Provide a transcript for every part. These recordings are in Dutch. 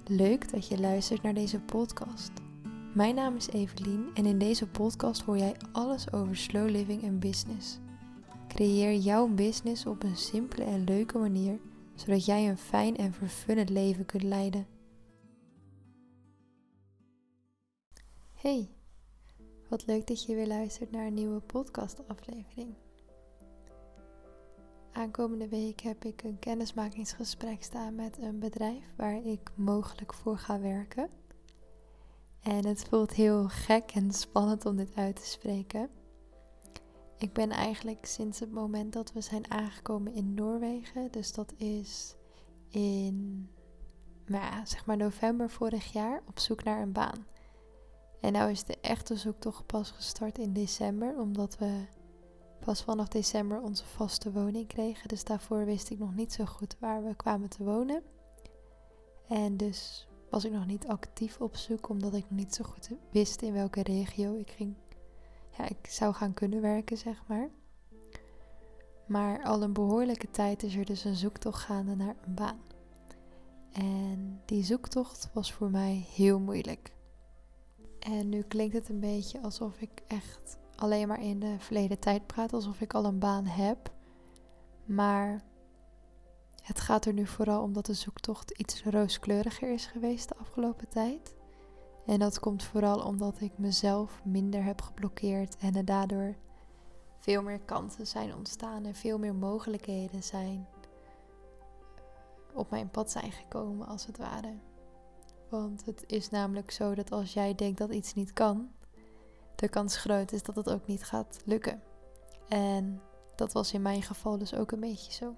Leuk dat je luistert naar deze podcast. Mijn naam is Evelien en in deze podcast hoor jij alles over slow living en business. Creëer jouw business op een simpele en leuke manier, zodat jij een fijn en vervullend leven kunt leiden. Hey, wat leuk dat je weer luistert naar een nieuwe podcastaflevering. Aankomende week heb ik een kennismakingsgesprek staan met een bedrijf waar ik mogelijk voor ga werken. En het voelt heel gek en spannend om dit uit te spreken. Ik ben eigenlijk sinds het moment dat we zijn aangekomen in Noorwegen, dus dat is in november vorig jaar, op zoek naar een baan. En nou is de echte zoektocht pas gestart in december, omdat we pas vanaf december onze vaste woning kregen. Dus daarvoor wist ik nog niet zo goed waar we kwamen te wonen. En dus was ik nog niet actief op zoek, omdat ik nog niet zo goed wist in welke regio ik zou gaan kunnen werken, zeg maar. Maar al een behoorlijke tijd is er dus een zoektocht gaande naar een baan. En die zoektocht was voor mij heel moeilijk. En nu klinkt het een beetje alsof ik echt alleen maar in de verleden tijd praat, alsof ik al een baan heb. Maar het gaat er nu vooral om dat de zoektocht iets rooskleuriger is geweest de afgelopen tijd. En dat komt vooral omdat ik mezelf minder heb geblokkeerd en er daardoor veel meer kansen zijn ontstaan en veel meer mogelijkheden zijn op mijn pad zijn gekomen, als het ware. Want het is namelijk zo dat als jij denkt dat iets niet kan, de kans groot is dat het ook niet gaat lukken. En dat was in mijn geval dus ook een beetje zo.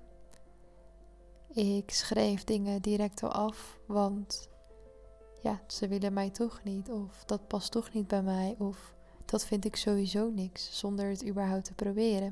Ik schreef dingen direct al af, want ze willen mij toch niet, of dat past toch niet bij mij, of dat vind ik sowieso niks, zonder het überhaupt te proberen.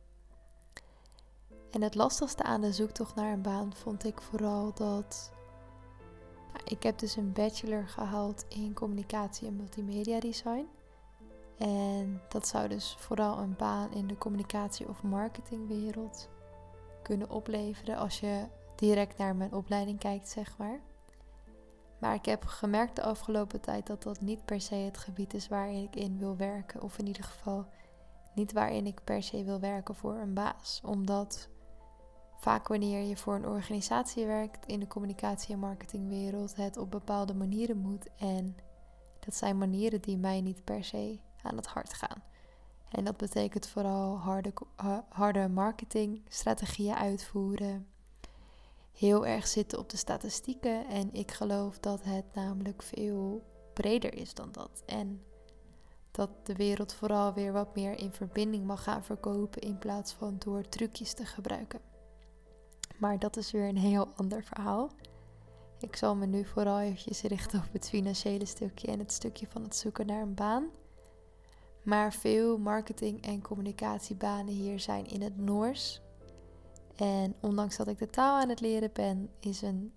En het lastigste aan de zoektocht naar een baan vond ik vooral dat ik heb dus een bachelor gehaald in communicatie en multimedia design. En dat zou dus vooral een baan in de communicatie- of marketingwereld kunnen opleveren als je direct naar mijn opleiding kijkt, zeg maar. Maar ik heb gemerkt de afgelopen tijd dat dat niet per se het gebied is waarin ik in wil werken. Of in ieder geval niet waarin ik per se wil werken voor een baas. Omdat vaak wanneer je voor een organisatie werkt in de communicatie- en marketingwereld het op bepaalde manieren moet. En dat zijn manieren die mij niet per se aan het hart gaan. En dat betekent vooral harde marketingstrategieën uitvoeren. Heel erg zitten op de statistieken. En ik geloof dat het namelijk veel breder is dan dat. En dat de wereld vooral weer wat meer in verbinding mag gaan verkopen in plaats van door trucjes te gebruiken. Maar dat is weer een heel ander verhaal. Ik zal me nu vooral eventjes richten op het financiële stukje en het stukje van het zoeken naar een baan. Maar veel marketing- en communicatiebanen hier zijn in het Noors. En ondanks dat ik de taal aan het leren ben, is een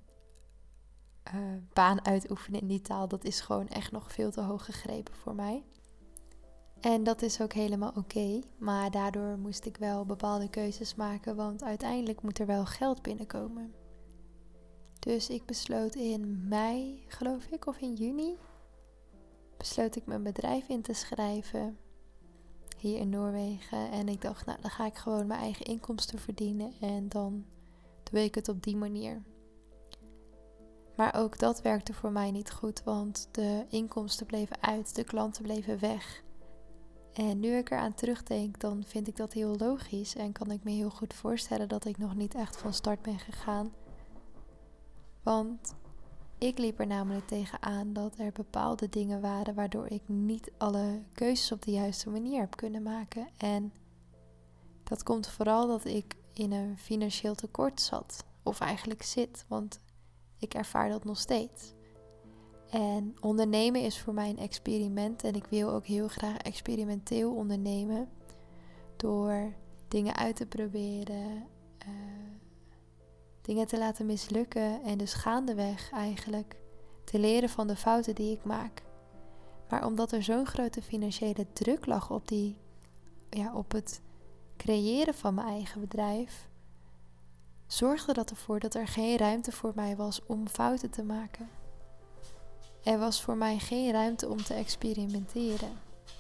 baan uitoefenen in die taal, dat is gewoon echt nog veel te hoog gegrepen voor mij. En dat is ook helemaal oké, maar daardoor moest ik wel bepaalde keuzes maken, want uiteindelijk moet er wel geld binnenkomen. Dus ik besloot in mei, geloof ik, of in juni, besloot ik mijn bedrijf in te schrijven hier in Noorwegen. En ik dacht, dan ga ik gewoon mijn eigen inkomsten verdienen en dan doe ik het op die manier. Maar ook dat werkte voor mij niet goed, want de inkomsten bleven uit, de klanten bleven weg. En nu ik eraan terugdenk, dan vind ik dat heel logisch en kan ik me heel goed voorstellen dat ik nog niet echt van start ben gegaan. Want ik liep er namelijk tegenaan dat er bepaalde dingen waren waardoor ik niet alle keuzes op de juiste manier heb kunnen maken. En dat komt vooral dat ik in een financieel tekort zat, of eigenlijk zit, want ik ervaar dat nog steeds. En ondernemen is voor mij een experiment en ik wil ook heel graag experimenteel ondernemen door dingen uit te proberen, dingen te laten mislukken en dus gaandeweg eigenlijk te leren van de fouten die ik maak. Maar omdat er zo'n grote financiële druk lag op het creëren van mijn eigen bedrijf, zorgde dat ervoor dat er geen ruimte voor mij was om fouten te maken. er was voor mij geen ruimte om te experimenteren.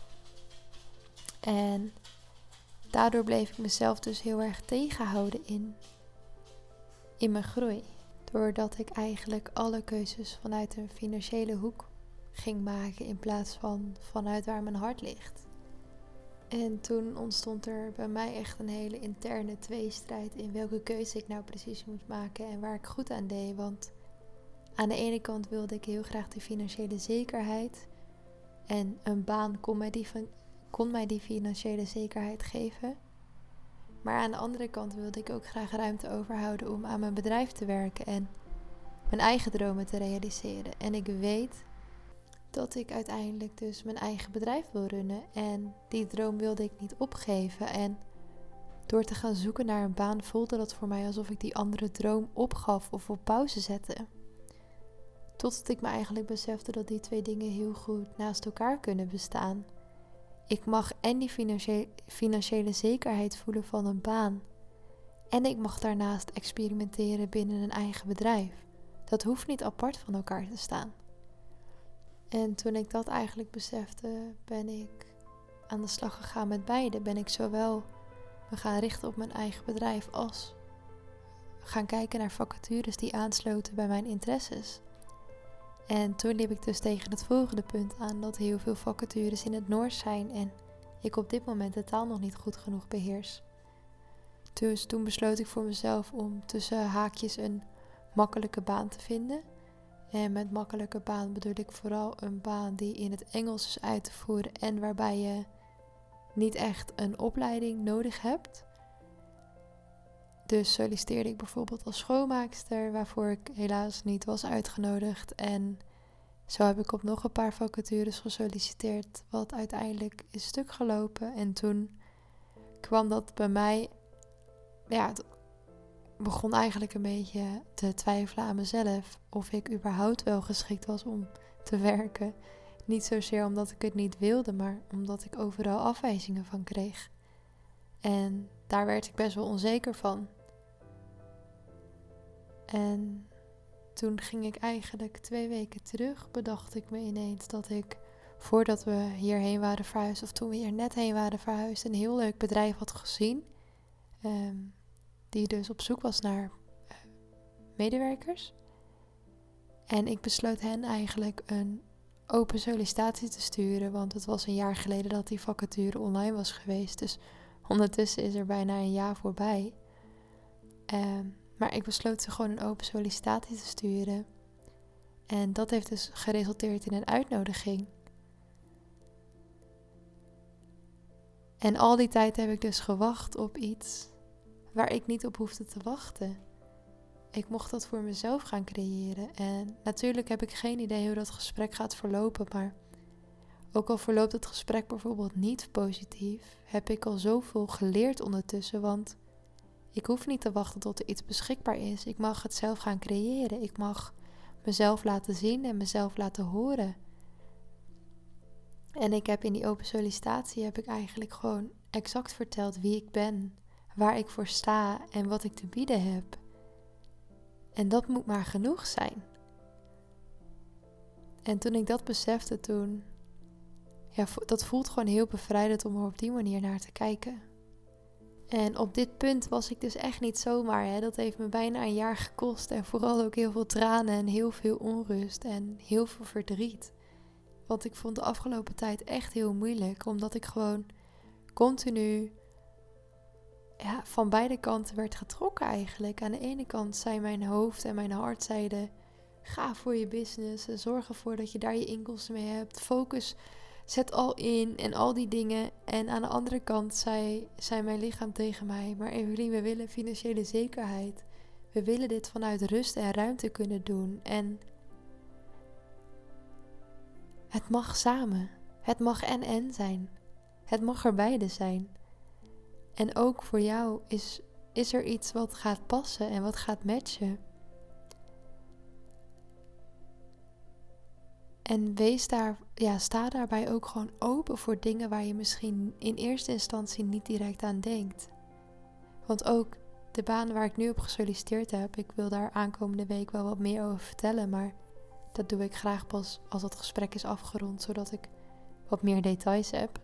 En daardoor bleef ik mezelf dus heel erg tegenhouden in mijn groei. Doordat ik eigenlijk alle keuzes vanuit een financiële hoek ging maken in plaats van vanuit waar mijn hart ligt. En toen ontstond er bij mij echt een hele interne tweestrijd in welke keuze ik nou precies moest maken en waar ik goed aan deed. Want aan de ene kant wilde ik heel graag de financiële zekerheid en een baan kon mij die financiële zekerheid geven. Maar aan de andere kant wilde ik ook graag ruimte overhouden om aan mijn bedrijf te werken en mijn eigen dromen te realiseren. En ik weet dat ik uiteindelijk dus mijn eigen bedrijf wil runnen. En die droom wilde ik niet opgeven. En door te gaan zoeken naar een baan voelde dat voor mij alsof ik die andere droom opgaf of op pauze zette. Totdat ik me eigenlijk besefte dat die twee dingen heel goed naast elkaar kunnen bestaan. Ik mag en die financiële zekerheid voelen van een baan. En ik mag daarnaast experimenteren binnen een eigen bedrijf. Dat hoeft niet apart van elkaar te staan. En toen ik dat eigenlijk besefte, ben ik aan de slag gegaan met beide. Ben ik zowel me gaan richten op mijn eigen bedrijf als gaan kijken naar vacatures die aansloten bij mijn interesses. En toen liep ik dus tegen het volgende punt aan dat heel veel vacatures in het Noors zijn en ik op dit moment de taal nog niet goed genoeg beheers. Dus toen besloot ik voor mezelf om tussen haakjes een makkelijke baan te vinden. En met makkelijke baan bedoel ik vooral een baan die in het Engels is uit te voeren en waarbij je niet echt een opleiding nodig hebt. Dus solliciteerde ik bijvoorbeeld als schoonmaakster, waarvoor ik helaas niet was uitgenodigd. En zo heb ik op nog een paar vacatures gesolliciteerd, wat uiteindelijk is stuk gelopen. En toen kwam dat bij mij, het begon eigenlijk een beetje te twijfelen aan mezelf of ik überhaupt wel geschikt was om te werken. Niet zozeer omdat ik het niet wilde, maar omdat ik overal afwijzingen van kreeg. En daar werd ik best wel onzeker van. En toen ging ik eigenlijk 2 weken terug, bedacht ik me ineens dat ik, voordat we hierheen waren verhuisd, of toen we hier net heen waren verhuisd, een heel leuk bedrijf had gezien. Die dus op zoek was naar medewerkers. En ik besloot hen eigenlijk een open sollicitatie te sturen, want het was een jaar geleden dat die vacature online was geweest. Dus ondertussen is er bijna een jaar voorbij. Maar ik besloot ze gewoon een open sollicitatie te sturen. En dat heeft dus geresulteerd in een uitnodiging. En al die tijd heb ik dus gewacht op iets waar ik niet op hoefde te wachten. Ik mocht dat voor mezelf gaan creëren. En natuurlijk heb ik geen idee hoe dat gesprek gaat verlopen. Maar ook al verloopt het gesprek bijvoorbeeld niet positief, heb ik al zoveel geleerd ondertussen. Want ik hoef niet te wachten tot er iets beschikbaar is. Ik mag het zelf gaan creëren. Ik mag mezelf laten zien en mezelf laten horen. En ik heb in die open sollicitatie heb ik eigenlijk gewoon exact verteld wie ik ben, waar ik voor sta en wat ik te bieden heb. En dat moet maar genoeg zijn. En toen ik dat besefte, dat voelt gewoon heel bevrijdend om er op die manier naar te kijken. En op dit punt was ik dus echt niet zomaar. Dat heeft me bijna een jaar gekost. En vooral ook heel veel tranen en heel veel onrust en heel veel verdriet. Want ik vond de afgelopen tijd echt heel moeilijk. Omdat ik gewoon continu van beide kanten werd getrokken eigenlijk. Aan de ene kant zei mijn hoofd en mijn hart zeiden: ga voor je business. Zorg ervoor dat je daar je inkomsten mee hebt. Focus, zet al in en al die dingen. En aan de andere kant zei mijn lichaam tegen mij: maar Evelien, we willen financiële zekerheid. We willen dit vanuit rust en ruimte kunnen doen. En het mag samen. Het mag en zijn. Het mag er beide zijn. En ook voor jou is er iets wat gaat passen en wat gaat matchen. En sta daarbij ook gewoon open voor dingen waar je misschien in eerste instantie niet direct aan denkt. Want ook de baan waar ik nu op gesolliciteerd heb, ik wil daar aankomende week wel wat meer over vertellen, maar Dat doe ik graag pas als het gesprek is afgerond, zodat ik wat meer details heb.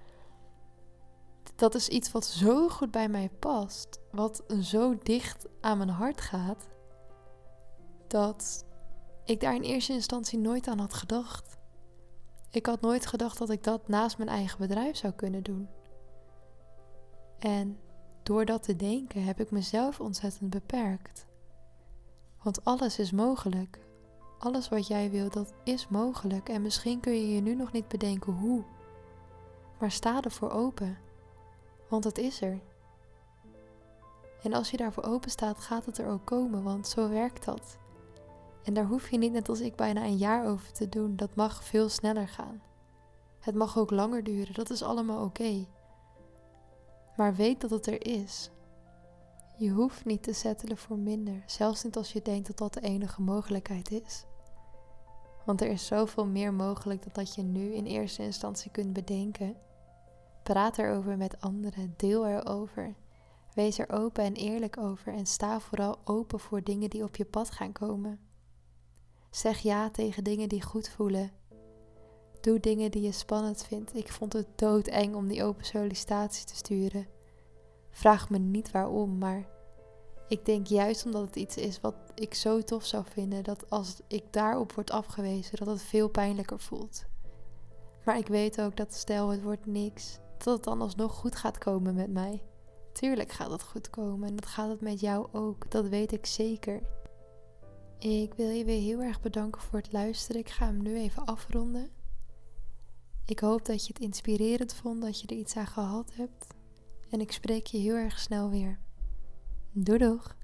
Dat is iets wat zo goed bij mij past, wat zo dicht aan mijn hart gaat, dat ik daar in eerste instantie nooit aan had gedacht. Ik had nooit gedacht dat ik dat naast mijn eigen bedrijf zou kunnen doen. En door dat te denken heb ik mezelf ontzettend beperkt. Want alles is mogelijk. Alles wat jij wil, dat is mogelijk. En misschien kun je je nu nog niet bedenken hoe. Maar sta ervoor open. Want het is er. En als je daarvoor open staat, gaat het er ook komen. Want zo werkt dat. En daar hoef je niet net als ik bijna een jaar over te doen. Dat mag veel sneller gaan. Het mag ook langer duren. Dat is allemaal oké. Maar weet dat het er is. Je hoeft niet te settelen voor minder. Zelfs niet als je denkt dat dat de enige mogelijkheid is. Want er is zoveel meer mogelijk dan dat je nu in eerste instantie kunt bedenken. Praat erover met anderen. Deel erover. Wees er open en eerlijk over. En sta vooral open voor dingen die op je pad gaan komen. Zeg ja tegen dingen die goed voelen. Doe dingen die je spannend vindt. Ik vond het doodeng om die open sollicitatie te sturen. Vraag me niet waarom, maar ik denk juist omdat het iets is wat ik zo tof zou vinden, dat als ik daarop word afgewezen, dat het veel pijnlijker voelt. Maar ik weet ook dat stel het wordt niks, dat het dan alsnog goed gaat komen met mij. Tuurlijk gaat het goed komen en dat gaat het met jou ook, dat weet ik zeker. Ik wil je weer heel erg bedanken voor het luisteren. Ik ga hem nu even afronden. Ik hoop dat je het inspirerend vond, dat je er iets aan gehad hebt. En ik spreek je heel erg snel weer. Doei doeg!